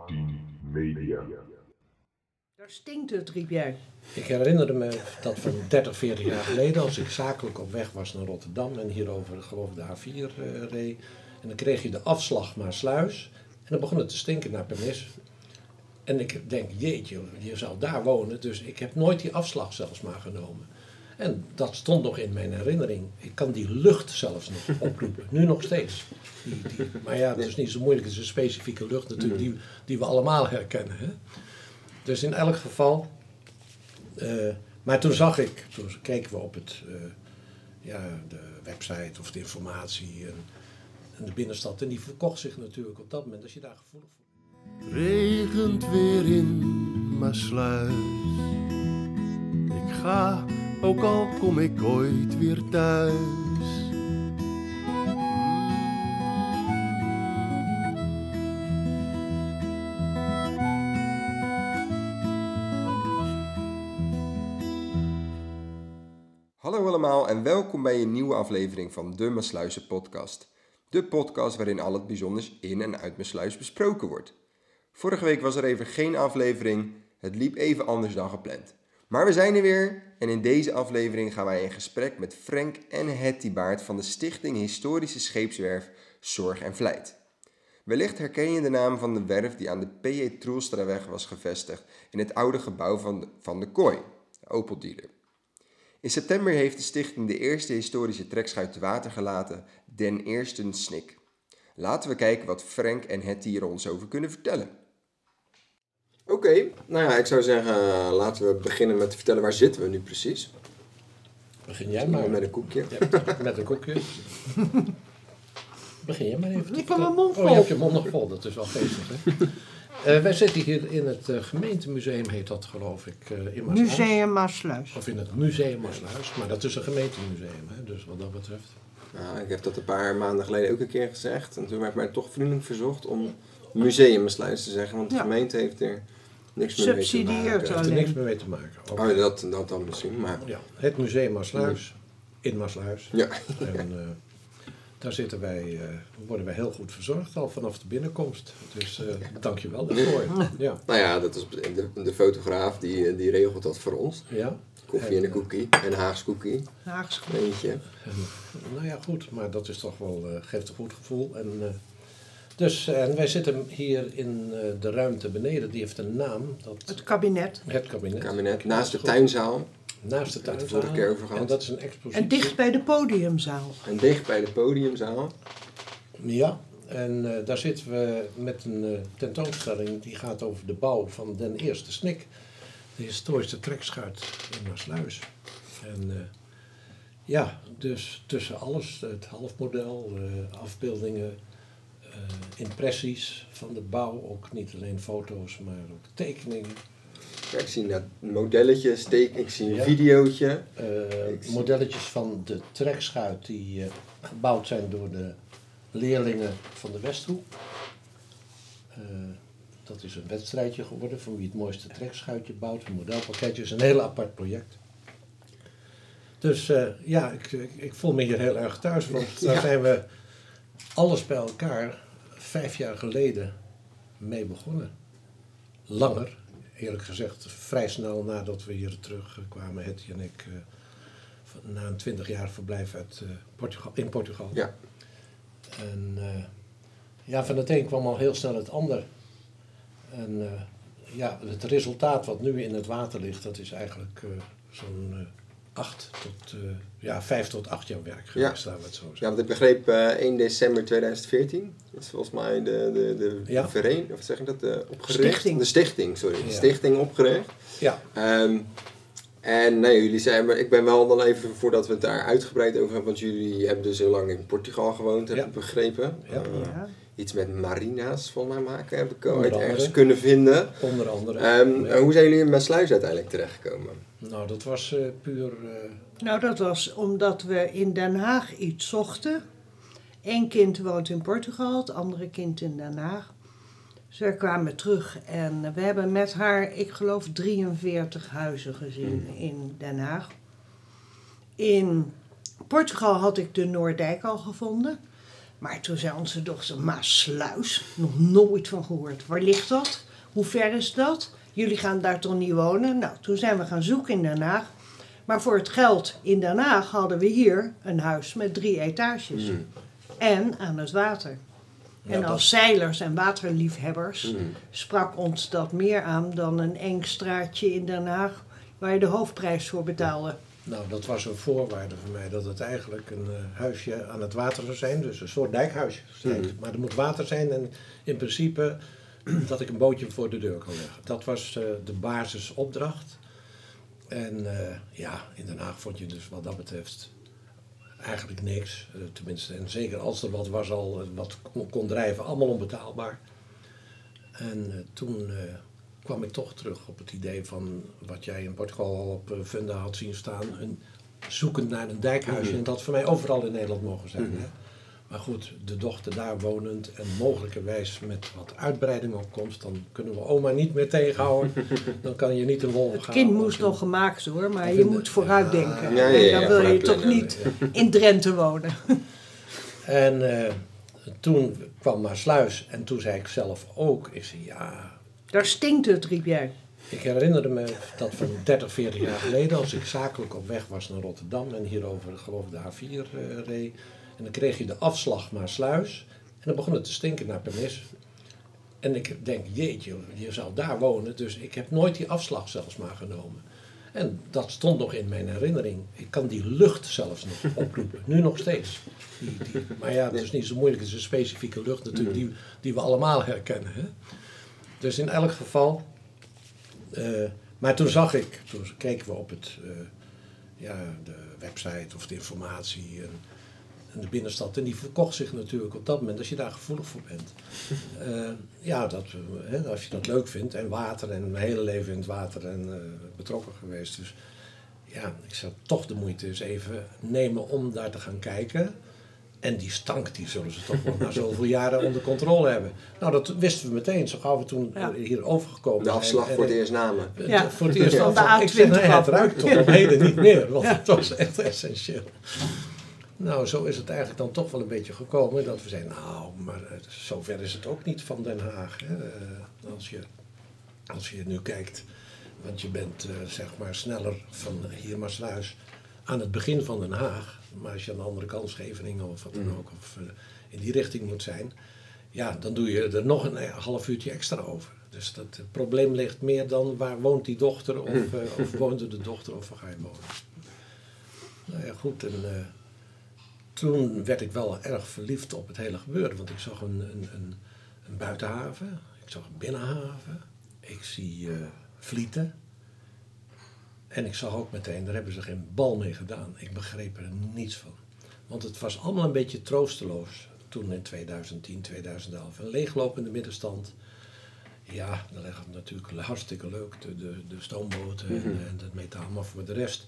A10 Media. Daar stinkt het, riep jij. Ik herinnerde me dat van 30, 40 jaar geleden, als ik zakelijk op weg was naar Rotterdam en hierover, geloof ik, de A4 reed. En dan kreeg je de afslag Maassluis en dan begon het te stinken naar Pernis. En ik denk, jeetje, je zou daar wonen, dus ik heb nooit die afslag zelfs maar genomen. En dat stond nog in mijn herinnering. Ik kan die lucht zelfs nog oproepen, nu nog steeds. Maar ja, het is niet zo moeilijk, het is een specifieke lucht natuurlijk die we allemaal herkennen. Hè? Dus in elk geval, maar toen keken we op de website of de informatie en de binnenstad. En die verkocht zich natuurlijk op dat moment, als je daar gevoelig voor. Regent weer in Maassluis. Ik ga, ook al kom ik ooit weer thuis. Hallo allemaal en welkom bij een nieuwe aflevering van de Maassluizen podcast. De podcast waarin al het bijzonders in en uit Maassluis besproken wordt. Vorige week was er even geen aflevering, het liep even anders dan gepland. Maar we zijn er weer en in deze aflevering gaan wij in gesprek met Frank en Hetty Baert van de Stichting Historische Scheepswerf Zorg en Vlijt. Wellicht herken je de naam van de werf die aan de P.J. Troelstraweg was gevestigd in het oude gebouw van de Kooi, de Opel-dealer. In september heeft de stichting de eerste historische trekschuit te water gelaten, Den Eersten Snik. Laten we kijken wat Frank en Hetty er ons over kunnen vertellen. Oké, nou ja, ik zou zeggen, laten we beginnen met te vertellen waar zitten we nu precies. Begin jij maar. Met een koekje. Ja, met een koekje. Begin jij maar even. Ik heb mijn mond vol. Oh, je hebt je mond nog vol, dat is wel geestig, hè? Wij zitten hier in het gemeentemuseum, heet dat geloof ik, in Maassluis. Museum Maassluis. Of in het museum Maassluis, maar dat is een gemeentemuseum, hè? Dus wat dat betreft. Nou, ik heb dat een paar maanden geleden ook een keer gezegd. En toen werd mij toch vriendelijk verzocht om Museum Maassluis te zeggen, want de gemeente heeft er niks meer mee te Subsidieert maken. Heeft er alleen. niks meer mee te maken. Oh, dat dan misschien, maar... Ja, het museum Maassluis, in Maassluis. Ja. En daar zitten wij, worden wij heel goed verzorgd al vanaf de binnenkomst. Dus dank je wel daarvoor. Ja. Nou ja, dat is de fotograaf die regelt dat voor ons. Ja. Koffie en een cookie. En een Haags cookie. Haags. Eentje. En, nou ja, goed, maar dat is toch wel, geeft een goed gevoel. En wij zitten hier in de ruimte beneden, die heeft een naam. Het kabinet. Het kabinet. Kabinet. Naast de tuinzaal. Naast de Daar hebben we tuinzaal. het vorige keer over gehad. En dat is een expositie. En dicht bij de podiumzaal. En dicht bij de podiumzaal. Ja, en daar zitten we met een tentoonstelling die gaat over de bouw van Den Eerste Snik. De historische trekschuit in Maassluis. En dus tussen alles, het halfmodel, afbeeldingen, impressies van de bouw. Ook niet alleen foto's, maar ook tekeningen. Ja, ik zie modelletjes, ik zie een Ja. videootje. Modelletjes van de trekschuit die gebouwd zijn door de leerlingen van de Westhoek. Dat is een wedstrijdje geworden van wie het mooiste trekschuitje bouwt. Een modelpakketje is een heel apart project. Dus ik voel me hier heel erg thuis. Want daar zijn we alles bij elkaar 5 jaar geleden mee begonnen. Langer, eerlijk gezegd, vrij snel nadat we hier terugkwamen, Hetty en ik, na een 20 jaar verblijf in Portugal. Ja. En van het een kwam al heel snel het ander. En het resultaat wat nu in het water ligt, dat is eigenlijk zo'n 5 tot 8 jaar werk geweest, laten we het zo zeggen. Ja, want ik begreep 1 december 2014. Dat is volgens mij de vereniging, of zeg ik dat, opgericht? Stichting. De stichting, sorry. Ja. De stichting opgericht. Ja. En nee, jullie zijn, maar ik ben wel dan even, voordat we het daar uitgebreid over hebben, want jullie hebben dus heel lang in Portugal gewoond, heb ik begrepen. Ja. Ja. Iets met marina's volgens mij maken, heb ik Onder ooit andere. ergens kunnen vinden. Onder andere. Hoe zijn jullie in Maassluis uiteindelijk terechtgekomen? Nou, dat was puur... Nou, dat was omdat we in Den Haag iets zochten. Eén kind woont in Portugal, het andere kind in Den Haag. Dus we kwamen terug en we hebben met haar, ik geloof, 43 huizen gezien in Den Haag. In Portugal had ik de Noordijk al gevonden. Maar toen zei onze dochter, Maassluis, nog nooit van gehoord. Waar ligt dat? Hoe ver is dat? Jullie gaan daar toch niet wonen? Nou, toen zijn we gaan zoeken in Den Haag. Maar voor het geld in Den Haag hadden we hier een huis met 3 etages. En aan het water. En als zeilers en waterliefhebbers sprak ons dat meer aan dan een eng straatje in Den Haag waar je de hoofdprijs voor betaalde. Nou, dat was een voorwaarde voor mij, dat het eigenlijk een huisje aan het water zou zijn. Dus een soort dijkhuisje. Maar er moet water zijn en in principe dat ik een bootje voor de deur kan leggen. Dat was de basisopdracht. En in Den Haag vond je dus wat dat betreft eigenlijk niks. Tenminste, en zeker als er wat was al wat kon drijven, allemaal onbetaalbaar. En toen kwam ik toch terug op het idee van wat jij in Portugal al op Funda had zien staan. Zoekend naar een dijkhuisje. En dat voor mij overal in Nederland mogen zijn. Hè? Maar goed, de dochter daar wonend en mogelijkerwijs met wat uitbreiding op komst, dan kunnen we oma niet meer tegenhouden. Dan kan je niet een wolf gaan. Het kind moest nog gemaakt hoor, maar je moet vooruitdenken. Ja, En dan wil je toch niet in Drenthe wonen. En toen kwam Maassluis en toen zei ik zelf ook, ik zei Daar stinkt het, riep jij. ik herinnerde me dat van 30, 40 jaar geleden, als ik zakelijk op weg was naar Rotterdam en hierover geloof ik de A4 reed, en dan kreeg je de afslag Maassluis en dan begon het te stinken naar Pernis. En ik denk, jeetje, je zou daar wonen, dus ik heb nooit die afslag zelfs maar genomen. En dat stond nog in mijn herinnering. Ik kan die lucht zelfs nog oproepen, nu nog steeds. Maar ja, het is niet zo moeilijk, het is een specifieke lucht natuurlijk die we allemaal herkennen. Hè? Dus in elk geval, maar toen keken we op de website of de informatie en de binnenstad. En die verkocht zich natuurlijk op dat moment, als je daar gevoelig voor bent. Als je dat leuk vindt. En water, en mijn hele leven in het water en betrokken geweest. Dus ja, ik zou toch de moeite eens even nemen om daar te gaan kijken. En die stank, die zullen ze toch wel na zoveel jaren onder controle hebben. Nou, dat wisten we meteen, zo gauw we toen hier overgekomen zijn. De afslag voor het eerst namen. Voor het eerst van de afslag. A20. Ik zeg, het ruikt toch op heden niet meer, want het was echt essentieel. Nou, zo is het eigenlijk dan toch wel een beetje gekomen dat we zeiden, maar zover is het ook niet van Den Haag. Hè? Als je nu kijkt, want je bent zeg maar sneller van hier Maassluis aan het begin van Den Haag. Maar als je aan de andere kant Scheveningen of wat dan ook, of in die richting moet zijn, ja, dan doe je er nog een half uurtje extra over. Dus het probleem ligt meer dan waar woont die dochter of woonde de dochter of waar ga je wonen. Nou ja, goed, en toen werd ik wel erg verliefd op het hele gebeuren, want ik zag een buitenhaven, ik zag een binnenhaven, ik zie Vlieten. En ik zag ook meteen, daar hebben ze geen bal mee gedaan. Ik begreep er niets van. Want het was allemaal een beetje troosteloos toen in 2010, 2011. Een leeglopende middenstand. Ja, dan ligt het natuurlijk hartstikke leuk, de stoomboten en het metaal. Maar voor de rest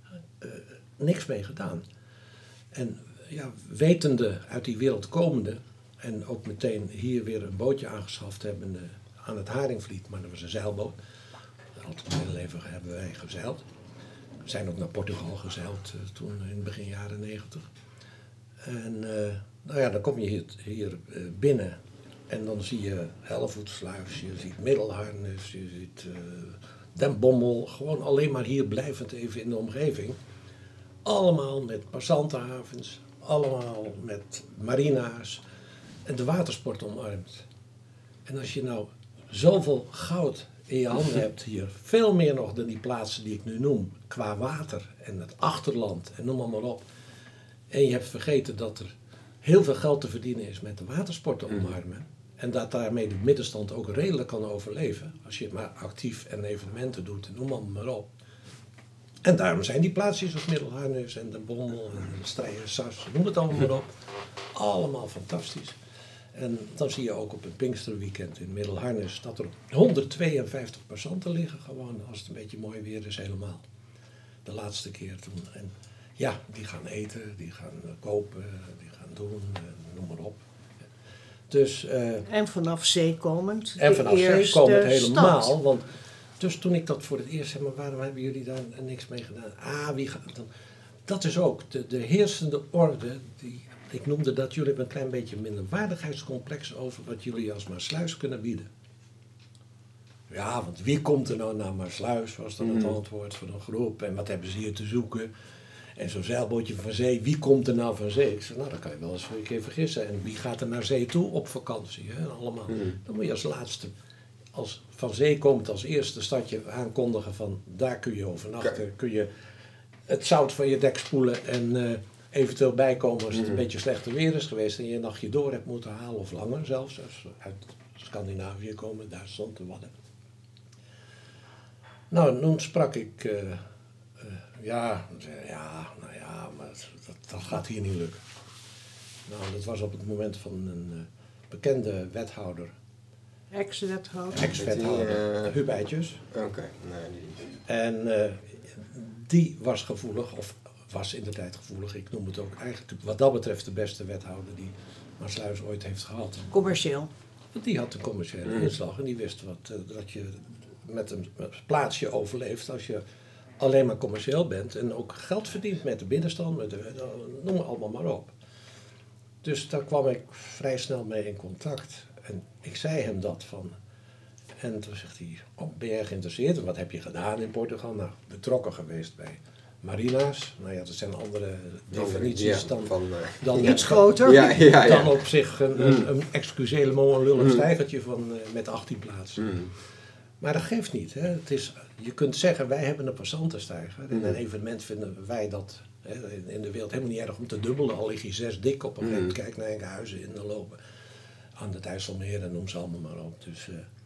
niks mee gedaan. En ja, wetende uit die wereld komende en ook meteen hier weer een bootje aangeschaft hebbende aan het Haringvliet. Maar dat was een zeilboot. Altijd mijn hele leven hebben wij gezeild. We zijn ook naar Portugal gezeild toen in het begin jaren 90. En dan kom je hier binnen en dan zie je Hellevoetsluis, je ziet Middelharnis, je ziet Den Bommel. Gewoon alleen maar hier blijvend even in de omgeving. Allemaal met passantenhavens, allemaal met marina's en de watersport omarmt. En als je nou zoveel goud in je handen hebt hier, veel meer nog dan die plaatsen die ik nu noem, qua water en het achterland en noem maar op. En je hebt vergeten dat er heel veel geld te verdienen is met de watersport omarmen. En dat daarmee de middenstand ook redelijk kan overleven. Als je maar actief en evenementen doet en noem maar op. En daarom zijn die plaatsjes als Middelharnis en Den Bommel en Strijen, Sas, noem het allemaal maar op. Allemaal fantastisch. En dan zie je ook op een Pinksterweekend in Middelharnis dat er 152 passanten liggen gewoon als het een beetje mooi weer is helemaal. De laatste keer toen. En ja, die gaan eten, die gaan kopen, die gaan doen, noem maar op. Dus, en vanaf zee komend. En vanaf zee komend helemaal. Stad. Want dus toen ik dat voor het eerst zei, maar waarom hebben jullie daar niks mee gedaan? Wie gaat dan? Dat is ook de heersende orde die ik noemde dat jullie hebben een klein beetje minderwaardigheidscomplex over wat jullie als Maassluis kunnen bieden. Ja, want wie komt er nou naar Maassluis, was dan het antwoord van een groep. En wat hebben ze hier te zoeken? En zo'n zeilbootje van zee, wie komt er nou van zee? Ik zei, nou, dat kan je wel eens een keer vergissen. En wie gaat er naar zee toe op vakantie? Hè? Allemaal. Dan moet je als laatste, als van zee komt, als eerste stadje aankondigen van, daar kun je overnachten. Kun je het zout van je dek spoelen en eventueel bijkomen als het een beetje slechter weer is geweest en je een nachtje door hebt moeten halen, of langer zelfs, als we uit Scandinavië komen, Duitsland, de Wadden. Nou, toen sprak ik, maar dat gaat hier niet lukken. Nou, dat was op het moment van een bekende wethouder. Ex-wethouder, Huub Eitjes. Oké, nee, die niet. En die was gevoelig, of was in de tijd gevoelig. Ik noem het ook eigenlijk wat dat betreft de beste wethouder die Maassluis ooit heeft gehad. Commercieel. Want die had de commerciële inslag en die wist dat je met een plaatsje overleeft als je alleen maar commercieel bent en ook geld verdient met de middenstand, noem het allemaal maar op. Dus daar kwam ik vrij snel mee in contact en ik zei hem dat van. En toen zegt hij, ben jij geïnteresseerd? En wat heb je gedaan in Portugal? Nou, betrokken geweest bij marina's. Nou ja, dat zijn andere definities dan iets groter. Dan op zich een excusez-le-mot, een lullig stijgertje met 18 plaatsen. Maar dat geeft niet. Hè. Je kunt zeggen, wij hebben een passantenstijger. En een evenement vinden wij dat in de wereld helemaal niet erg om te dubbelen. Al lig je 6 dik op een gegeven moment. Kijk naar Enkhuizen in de lopen. Aan het IJsselmeer en noem ze allemaal maar op. Dus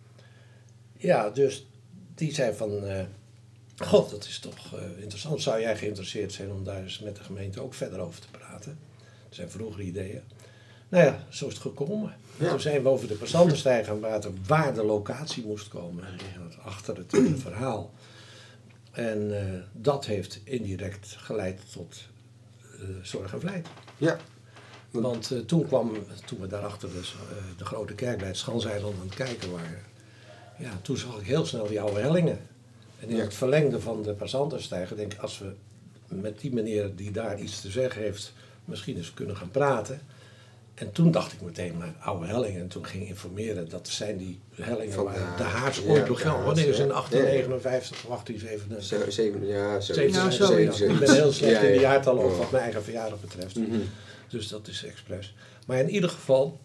dus die zei van, god, dat is toch interessant. Zou jij geïnteresseerd zijn om daar eens met de gemeente ook verder over te praten? Dat zijn vroegere ideeën. Nou ja, zo is het gekomen. Ja. Toen zijn we over de passantenstijger gaan praten waar de locatie moest komen. Achter het verhaal. En dat heeft indirect geleid tot Zorg en Vlijt. Ja. Want toen we daarachter de grote kerk bij het Schanseiland aan het kijken waren, toen zag ik heel snel die oude hellingen. En in het verlengde van de passantenstijger denk ik, als we met die meneer die daar iets te zeggen heeft, misschien eens kunnen gaan praten. En toen dacht ik meteen, maar oude hellingen. En toen ging ik informeren, dat zijn die hellingen waar de Haars ooit begon. Wanneer is in 1859 of 1857? Ik ben heel slecht in de jaartallen, ook wat mijn eigen verjaardag betreft. Dus dat is expres. Maar in ieder geval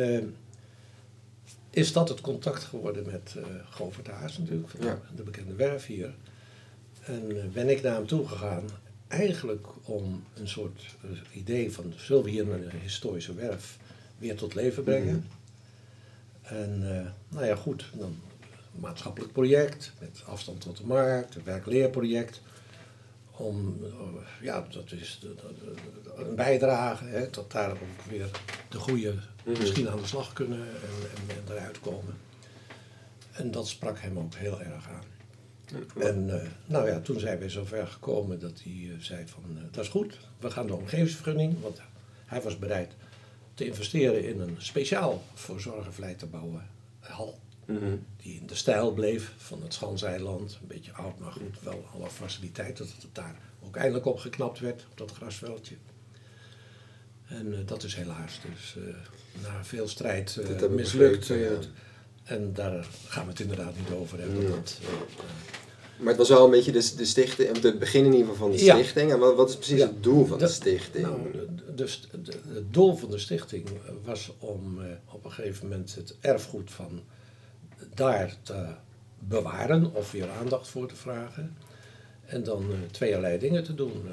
is dat het contact geworden met Govert Haars natuurlijk, de bekende werf hier. En ben ik naar hem toe gegaan. Eigenlijk om een soort idee van, zullen we hier een historische werf weer tot leven brengen? En goed, dan een maatschappelijk project met afstand tot de markt, een werk-leerproject. Dat is een bijdrage, dat daar ook weer de goede misschien aan de slag kunnen en eruit komen. En dat sprak hem ook heel erg aan. En toen zijn we zover gekomen dat hij zei van, dat is goed, we gaan de omgevingsvergunning, want hij was bereid te investeren in een speciaal voor Zorg en Vlijt te bouwen hal. Die in de stijl bleef van het Schanseiland, een beetje oud, maar goed, wel alle faciliteiten, dat het daar ook eindelijk opgeknapt werd, op dat grasveldje. En dat is helaas dus na veel strijd mislukt. En daar gaan we het inderdaad niet over hebben. Maar het was wel een beetje de stichting, het begin in ieder geval van de stichting. En wat is precies het doel van de stichting? Het doel van de stichting was om op een gegeven moment het erfgoed van daar te bewaren of weer aandacht voor te vragen. En dan tweeërlei dingen te doen.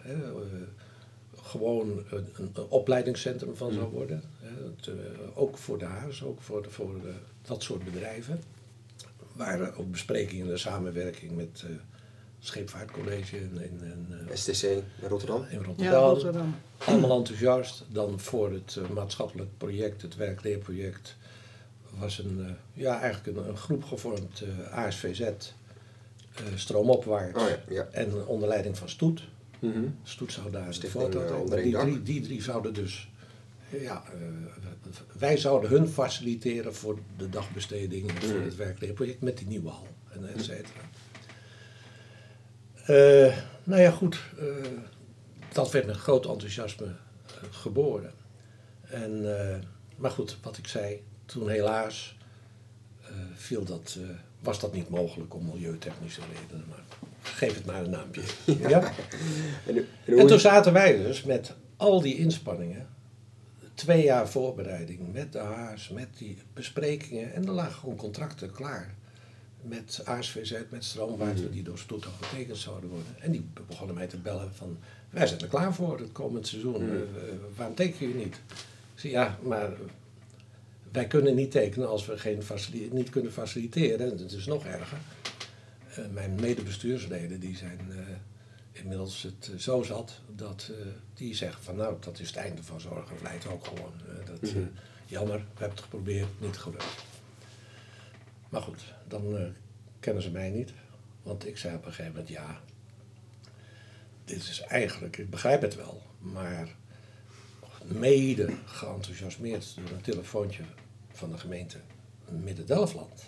Gewoon een opleidingscentrum van zou worden. Ook voor de Haars, ook voor dat soort bedrijven. Er waren ook besprekingen in de samenwerking met het Scheepvaartcollege in STC in Rotterdam. In Rotterdam. Allemaal enthousiast. Dan voor het maatschappelijk project, het werkleerproject, was eigenlijk een groep gevormd, ASVZ, Stroomopwaarts, en onder leiding van Stoet. Stoet zou daar de foto die drie zouden dus, wij zouden hun faciliteren voor de dagbesteding, voor het werkleerproject met die nieuwe hal, en et cetera. Dat werd met groot enthousiasme geboren. En, maar goed, wat ik zei, toen helaas was dat niet mogelijk om milieutechnische redenen. Maar geef het maar een naampje. Ja? En toen zaten wij dus met al die inspanningen, 2 jaar voorbereiding, met de Haars, met die besprekingen. En er lagen gewoon contracten klaar. Met ASVZ, met Stroomwater, die door Stoethof getekend zouden worden. En die begonnen mij te bellen van, wij zijn er klaar voor het komend seizoen. Waarom teken je niet? Ik zei, ja, maar wij kunnen niet tekenen als we niet kunnen faciliteren. En het is nog erger. Mijn medebestuursleden die zijn inmiddels het zo zat dat die zeggen van nou, dat is het einde van zorgen. Vlijt ook gewoon. Jammer, we hebben het geprobeerd, niet gelukt. Maar goed, dan kennen ze mij niet. Want ik zei op een gegeven moment, ja, dit is eigenlijk, ik begrijp het wel, maar mede geenthousiasmeerd door een telefoontje van de gemeente Midden-Delfland.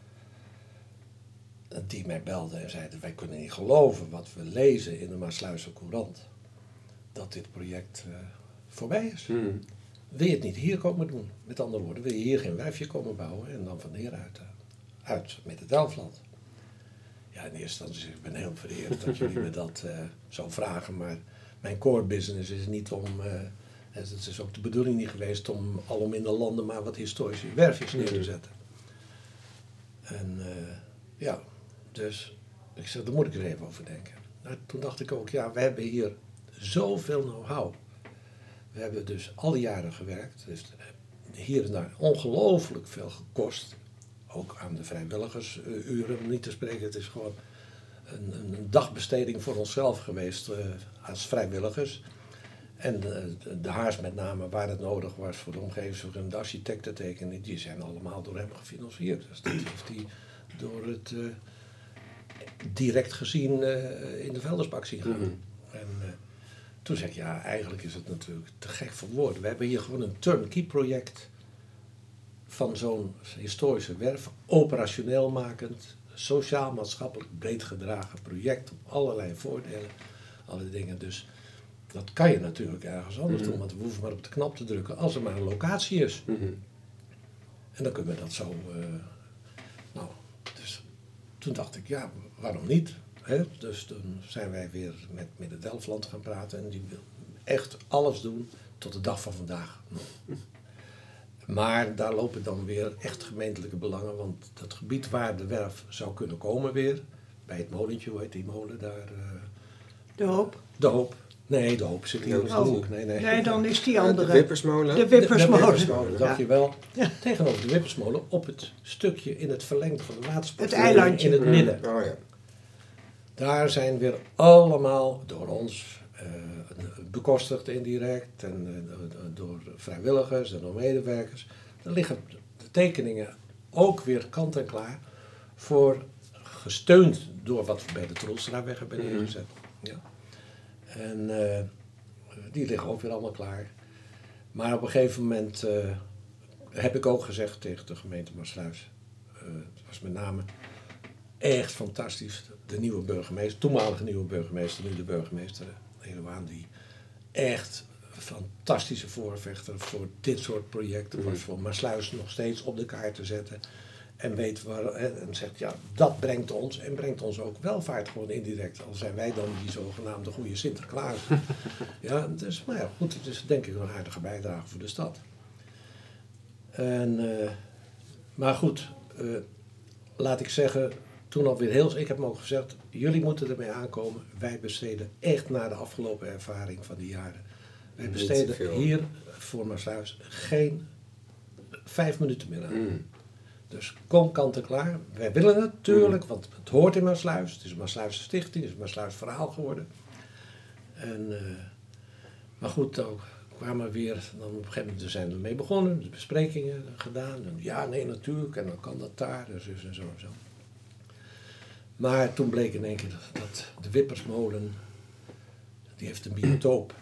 Die mij belde en zei, wij kunnen niet geloven wat we lezen in de Maassluiser Courant. Dat dit project voorbij is. Wil je het niet hier komen doen? Met andere woorden, wil je hier geen wijfje komen bouwen en dan van hieruit uit Midden-Delfland? Ja, in eerste instantie, ik ben heel vereerd dat jullie me dat zo vragen, maar mijn core business is niet om, het is ook de bedoeling niet geweest om alom in de landen maar wat historische werfjes neer te zetten. En ja, dus ik zei, daar moet ik er even over denken. Nou, toen dacht ik ook, ja, we hebben hier zoveel know-how. We hebben dus al die jaren gewerkt. Het heeft hier en daar ongelooflijk veel gekost. Ook aan de vrijwilligersuren, om niet te spreken. Het is gewoon een dagbesteding voor onszelf geweest als vrijwilligers. En de Haars met name, waar het nodig was voor de omgevingsvergunning, de architectentekeningen, die zijn allemaal door hem gefinancierd. Dus dat heeft hij door het direct gezien in de Veldersbak zien gaan. En toen zei ik, ja, eigenlijk is het natuurlijk te gek voor woorden. We hebben hier gewoon een turnkey project van zo'n historische werf, operationeel makend, sociaal-maatschappelijk breed gedragen project, op allerlei voordelen, alle dingen. Dus dat kan je natuurlijk ergens anders doen, want we hoeven maar op de knop te drukken als er maar een locatie is. En dan kunnen we dat zo. Dus toen dacht ik, ja, waarom niet? Hè? Dus toen zijn wij weer met Midden-Delfland gaan praten en die wil echt alles doen tot de dag van vandaag. Maar daar lopen dan weer echt gemeentelijke belangen, want dat gebied waar de werf zou kunnen komen weer, bij het molentje, hoe heet die molen daar? De Hoop? De Hoop. Nee, de Hoop zit hier in de hoek. Nee, dan is die andere. De Wippersmolen. De Wippersmolen. De Wippersmolen, dankjewel. Ja. Tegenover de Wippersmolen, op het stukje in het verlengde van de watersport. Het eilandje. In het midden. Oh ja. Daar zijn weer allemaal door ons bekostigd indirect en door vrijwilligers en door medewerkers. Er liggen de tekeningen ook weer kant en klaar voor, gesteund door wat we bij de Troelstraweg hebben neergezet. Ja. En die liggen ook weer allemaal klaar. Maar op een gegeven moment heb ik ook gezegd tegen de gemeente Maassluis, het was met name echt fantastisch, de nieuwe burgemeester, toenmalige nieuwe burgemeester, nu de burgemeester, Helewaan, die echt een fantastische voorvechter voor dit soort projecten was, voor Maassluis nog steeds op de kaart te zetten. En weet waar, en zegt, ja, dat brengt ons en brengt ons ook welvaart gewoon indirect. Al zijn wij dan die zogenaamde goede Sinterklaas. Ja, dus, maar ja, goed, het is denk ik een aardige bijdrage voor de stad. En, maar goed, laat ik zeggen, toen alweer ik heb hem ook gezegd, jullie moeten ermee aankomen. Wij besteden echt naar de afgelopen ervaring van die jaren. Wij besteden hier voor Maassluis geen 5 minuten meer aan. Dus kom kant en klaar. Wij willen het natuurlijk, want het hoort in Maassluis. Het is een Maassluisse stichting, het is een Maassluis verhaal geworden. En, maar goed, dan kwamen we weer, dan op een gegeven moment zijn we ermee begonnen, de besprekingen gedaan. En ja, nee, natuurlijk, en dan kan dat daar, dus en zo en zo. Maar toen bleek in één keer dat de Wippersmolen, die heeft een biotoop.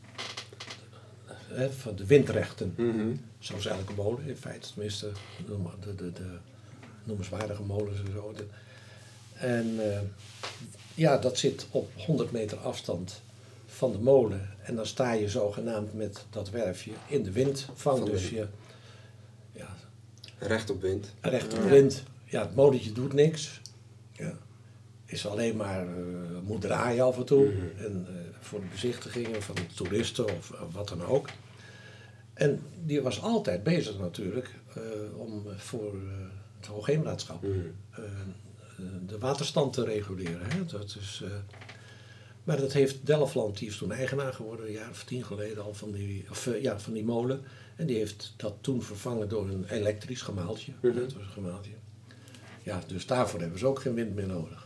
Van de windrechten. Zoals elke molen in feite, tenminste de noemenswaardige molens en zo. En ja, dat zit op 100 meter afstand van de molen. En dan sta je zogenaamd met dat werfje in de windvang. Van de Dus wind. je Recht op wind. recht op wind. Ja, het molentje doet niks. Ja. Is alleen maar moet draaien af en toe. En voor de bezichtigingen van de toeristen of wat dan ook. En die was altijd bezig natuurlijk om voor het Hoogheemraadschap de waterstand te reguleren. Hè? Dat is, maar dat heeft Delfland, die is toen eigenaar geworden, een jaar of 10 geleden al van die molen. En die heeft dat toen vervangen door een elektrisch gemaaltje. Dat was een gemaaltje. Ja, dus daarvoor hebben ze ook geen wind meer nodig.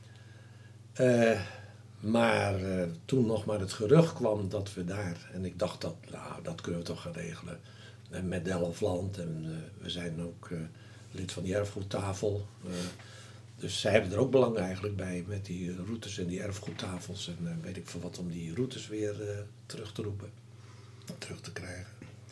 Maar toen nog maar het gerucht kwam dat we daar, en ik dacht dat kunnen we toch gaan regelen met Delfland. En we zijn ook lid van die erfgoedtafel. Dus zij hebben er ook belang eigenlijk bij met die routes en die erfgoedtafels. En weet ik veel wat om die routes weer terug te roepen, terug te krijgen.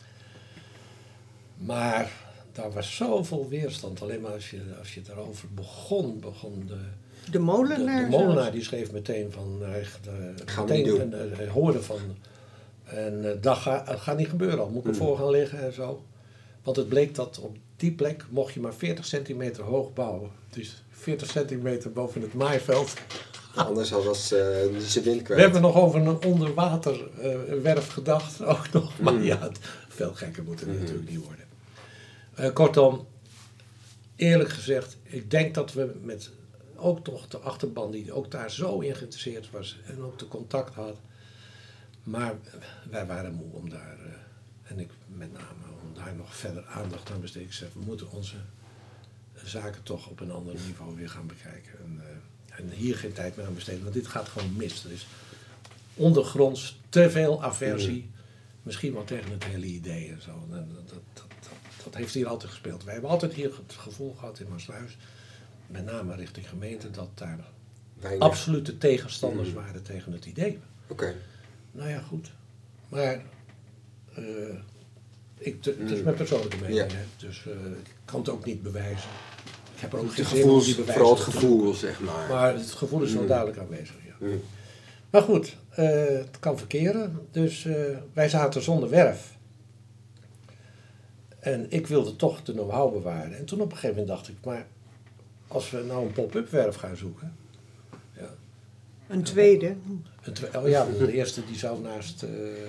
Maar daar was zoveel weerstand. Alleen maar als je daarover begon De molenaar. de molenaar die schreef meteen van, Gaan we niet doen. hij hoorde van, en dat gaat niet gebeuren al, moet ik ervoor gaan liggen en zo. Want het bleek dat op die plek mocht je maar 40 centimeter hoog bouwen. Dus 40 centimeter boven het maaiveld. Anders was ze wind kwijt. We hebben nog over een onderwaterwerf gedacht, ook nog. Maar ja, veel gekker moet het natuurlijk niet worden. Kortom, eerlijk gezegd, ik denk dat we met ook toch de achterban die ook daar zo in geïnteresseerd was en ook de contact had. Maar wij waren moe om daar, en ik met name, om daar nog verder aandacht aan besteed. Ik zeg, we moeten onze zaken toch op een ander niveau weer gaan bekijken. En hier geen tijd meer aan besteden, want dit gaat gewoon mis. Er is ondergronds te veel aversie, misschien wel tegen het hele idee en zo. Dat heeft hier altijd gespeeld. Wij hebben altijd hier het gevoel gehad in Maassluis, met name richting gemeente, dat daar absolute tegenstanders waren tegen het idee. Oké. Nou ja, goed. Maar het is mijn persoonlijke mening, hè? Dus ik kan het ook niet bewijzen. Ik heb er ook geen zin om die bewijzen. Vooral het gevoel, zeg maar. Maar het gevoel is wel duidelijk aanwezig, ja. Maar goed, het kan verkeren. Dus wij zaten zonder werf. En ik wilde toch de know-how bewaren. En toen op een gegeven moment dacht ik, maar als we nou een pop-up werf gaan zoeken. Ja. Een tweede. De eerste die zou naast...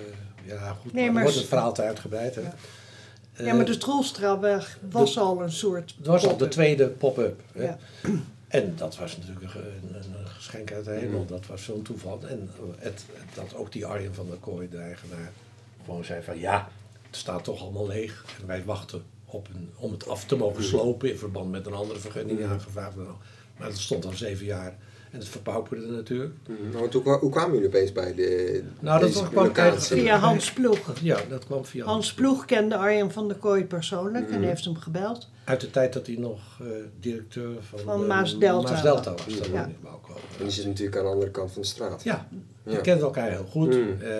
maar wordt het verhaal te uitgebreid. Hè? Ja, maar de Troelstraalweg was al een soort Het was al de pop-up. tweede pop-up. Hè? Ja. En dat was natuurlijk een geschenk uit de hemel. Dat was zo'n toeval. En dat ook die Arjen van der Kooi, de eigenaar, gewoon zei van ja, het staat toch allemaal leeg. En wij wachten om het af te mogen slopen in verband met een andere vergunning aangevraagd. Maar dat stond al 7 jaar. En het verpauperde natuurlijk. Want hoe kwamen jullie opeens bij deze locatie? Via Hans Ploeg. Ja, dat kwam via Hans Ploeg kende Arjen van der Kooi persoonlijk en heeft hem gebeld. Uit de tijd dat hij nog directeur van Maas-Delta was. Dat ja. En die zit natuurlijk aan de andere kant van de straat. Ja, we kenden elkaar heel goed.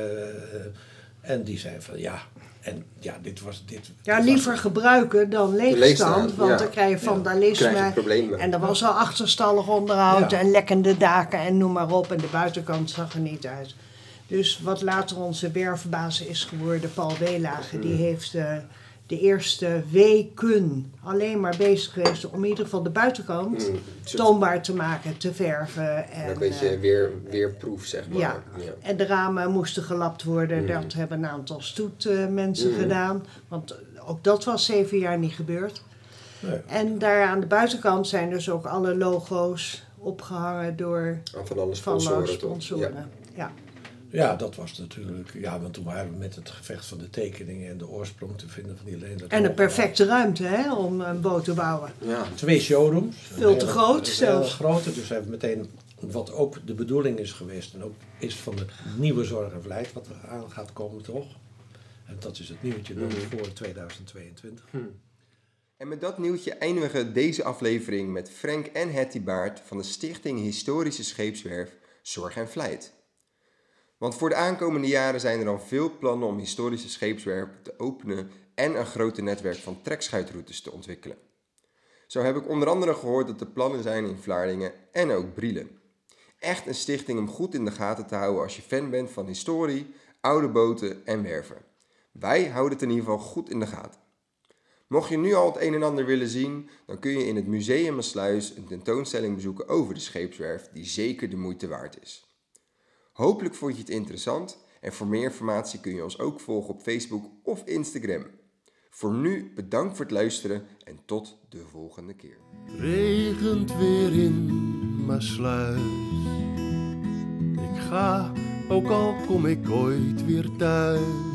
En die zei van ja, en ja, dit was... Liever gebruiken dan leegstand, want dan krijg je vandalisme. Krijg je problemen. En er was al achterstallig onderhoud en lekkende daken en noem maar op. En de buitenkant zag er niet uit. Dus wat later onze werfbaas is geworden, Paul Weelage, die heeft de eerste weken alleen maar bezig geweest om in ieder geval de buitenkant toonbaar te maken, te verven. En een beetje weerproef, zeg maar. Ja. En de ramen moesten gelapt worden. Dat hebben een aantal stoetmensen gedaan. Want ook dat was 7 jaar niet gebeurd. Nee. En daar aan de buitenkant zijn dus ook alle logo's opgehangen door van alle sponsoren. Ja. Ja, dat was natuurlijk... Ja, want toen waren we met het gevecht van de tekeningen en de oorsprong te vinden van die leenders. En een perfecte ruimte hè, om een boot te bouwen. Ja. 2 showrooms. Veel te groot zelfs. Grote, dus we hebben meteen... Wat ook de bedoeling is geweest en ook is van het nieuwe Zorg en Vlijt wat er aan gaat komen toch. En dat is het nieuwtje dan voor 2022. En met dat nieuwtje eindigen we deze aflevering met Frank en Hetty Baert van de Stichting Historische Scheepswerf Zorg en Vlijt. Want voor de aankomende jaren zijn er al veel plannen om historische scheepswerven te openen en een groter netwerk van trekschuitroutes te ontwikkelen. Zo heb ik onder andere gehoord dat er plannen zijn in Vlaardingen en ook Brielen. echt een stichting om goed in de gaten te houden als je fan bent van historie, oude boten en werven. Wij houden het in ieder geval goed in de gaten. Mocht je nu al het een en ander willen zien, dan kun je in het Museum Maassluis een tentoonstelling bezoeken over de scheepswerf die zeker de moeite waard is. Hopelijk vond je het interessant en voor meer informatie kun je ons ook volgen op Facebook of Instagram. Voor nu bedankt voor het luisteren en tot de volgende keer. Regent weer in Maassluis. Ik ga, ook al kom ik ooit weer thuis.